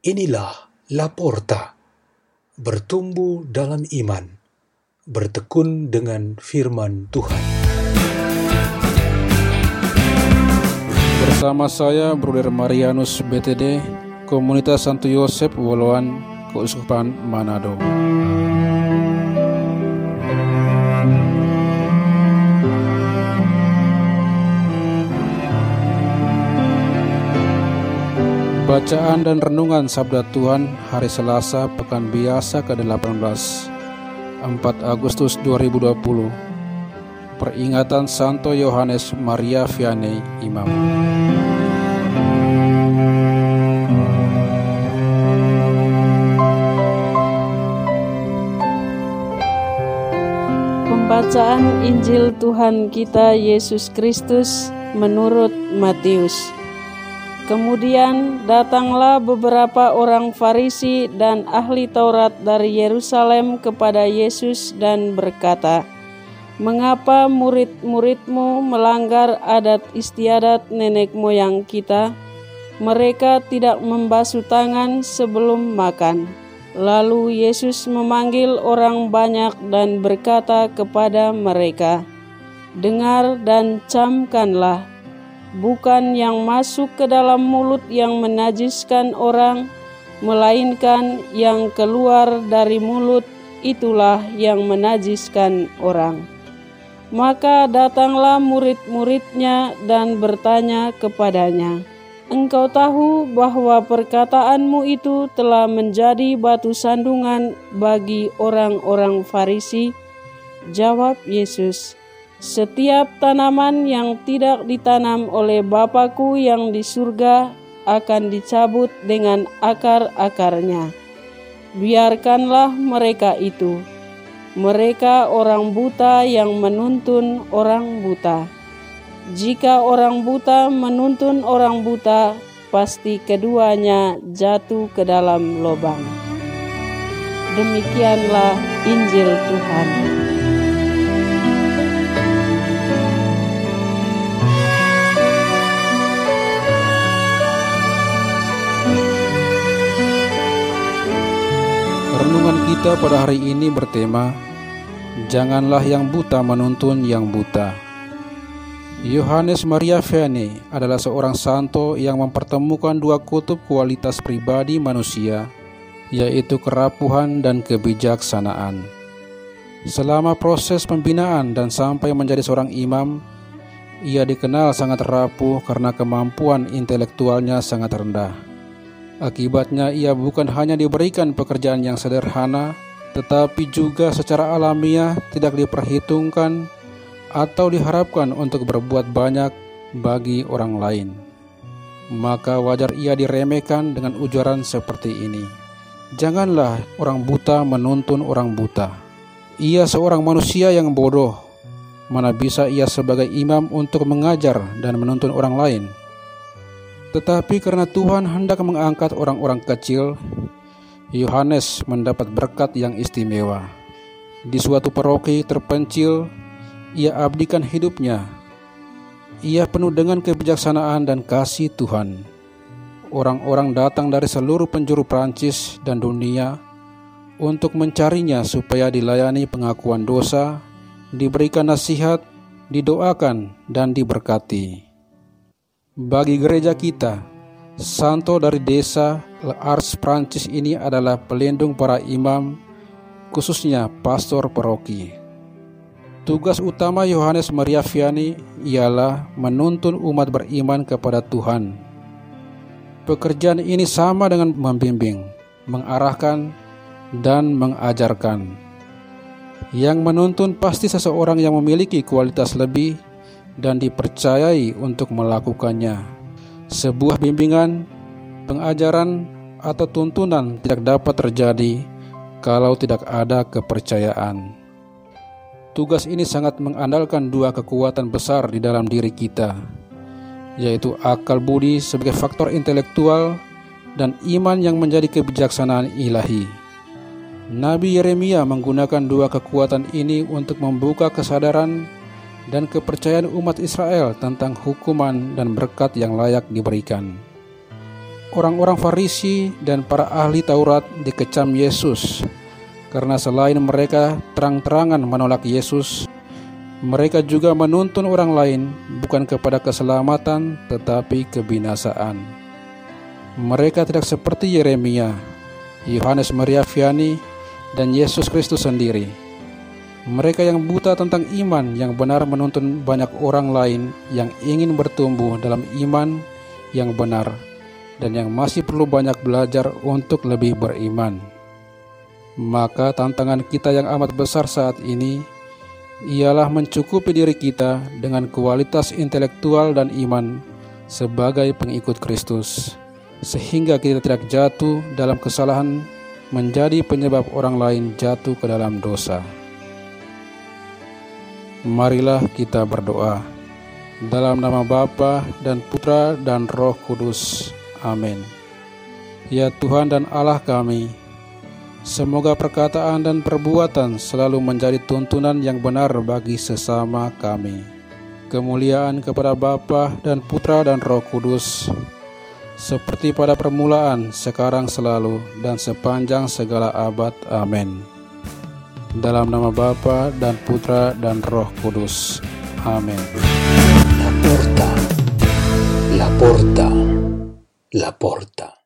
Inilah Laporta, bertumbuh dalam iman, bertekun dengan firman Tuhan. Bersama saya, Bruder Marianus BTD, Komunitas Santo Yosef Woloan, Keuskupan Manado. Bacaan dan renungan Sabda Tuhan hari Selasa Pekan Biasa ke-18 4 Agustus 2020. Peringatan Santo Yohanes Maria Vianney, Imam. Pembacaan Injil Tuhan kita Yesus Kristus menurut Matius. Kemudian datanglah beberapa orang Farisi dan ahli Taurat dari Yerusalem kepada Yesus dan berkata, "Mengapa murid-muridmu melanggar adat istiadat nenek moyang kita? Mereka tidak membasuh tangan sebelum makan." Lalu Yesus memanggil orang banyak dan berkata kepada mereka, "Dengar dan camkanlah. Bukan yang masuk ke dalam mulut yang menajiskan orang, melainkan yang keluar dari mulut, itulah yang menajiskan orang." Maka datanglah murid-muridnya dan bertanya kepadanya, "Engkau tahu bahwa perkataanmu itu telah menjadi batu sandungan bagi orang-orang Farisi?" Jawab Yesus, "Setiap tanaman yang tidak ditanam oleh Bapa-Ku yang di surga akan dicabut dengan akar-akarnya. Biarkanlah mereka itu. Mereka orang buta yang menuntun orang buta. Jika orang buta menuntun orang buta, pasti keduanya jatuh ke dalam lubang." Demikianlah Injil Tuhan. Renungan kita pada hari ini bertema, janganlah yang buta menuntun yang buta. Yohanes Maria Vianney adalah seorang santo yang mempertemukan dua kutub kualitas pribadi manusia, yaitu kerapuhan dan kebijaksanaan. Selama proses pembinaan dan sampai menjadi seorang imam, ia dikenal sangat rapuh karena kemampuan intelektualnya sangat rendah. Akibatnya ia bukan hanya diberikan pekerjaan yang sederhana, tetapi juga secara alamiah tidak diperhitungkan atau diharapkan untuk berbuat banyak bagi orang lain. Maka wajar ia diremehkan dengan ujaran seperti ini, "Janganlah orang buta menuntun orang buta." Ia seorang manusia yang bodoh. Mana bisa ia sebagai imam untuk mengajar dan menuntun orang lain? Tetapi karena Tuhan hendak mengangkat orang-orang kecil, Yohanes mendapat berkat yang istimewa. Di suatu paroki terpencil, ia abdikan hidupnya. Ia penuh dengan kebijaksanaan dan kasih Tuhan. Orang-orang datang dari seluruh penjuru Prancis dan dunia untuk mencarinya supaya dilayani pengakuan dosa, diberikan nasihat, didoakan, dan diberkati. Bagi gereja kita, santo dari desa L'Arche Prancis ini adalah pelindung para imam, khususnya pastor paroki. Tugas utama Yohanes Maria Vianney ialah menuntun umat beriman kepada Tuhan. Pekerjaan ini sama dengan membimbing, mengarahkan, dan mengajarkan. Yang menuntun pasti seseorang yang memiliki kualitas lebih dan dipercayai untuk melakukannya. Sebuah bimbingan, pengajaran, atau tuntunan tidak dapat terjadi kalau tidak ada kepercayaan. Tugas ini sangat mengandalkan dua kekuatan besar di dalam diri kita, yaitu akal budi sebagai faktor intelektual dan iman yang menjadi kebijaksanaan ilahi. Nabi Yeremia menggunakan dua kekuatan ini untuk membuka kesadaran dan kepercayaan umat Israel tentang hukuman dan berkat yang layak diberikan. orang-orang Farisi dan para ahli Taurat dikecam Yesus, karena selain mereka terang-terangan menolak Yesus, mereka juga menuntun orang lain bukan kepada keselamatan tetapi kebinasaan. Mereka tidak seperti Yeremia, Yohanes Maria Vianney, dan Yesus Kristus sendiri. Mereka yang buta tentang iman yang benar menuntun banyak orang lain yang ingin bertumbuh dalam iman yang benar dan yang masih perlu banyak belajar untuk lebih beriman. Maka tantangan kita yang amat besar saat ini ialah mencukupi diri kita dengan kualitas intelektual dan iman sebagai pengikut Kristus, sehingga kita tidak jatuh dalam kesalahan menjadi penyebab orang lain jatuh ke dalam dosa. Marilah kita berdoa. Dalam nama Bapa dan Putra dan Roh Kudus. Amin. Ya Tuhan dan Allah kami, semoga perkataan dan perbuatan selalu menjadi tuntunan yang benar bagi sesama kami. Kemuliaan kepada Bapa dan Putra dan Roh Kudus, seperti pada permulaan, sekarang, selalu, dan sepanjang segala abad. Amin. Dalam nama Bapa dan Putra dan Roh Kudus. Amin. La porta, la porta, la porta.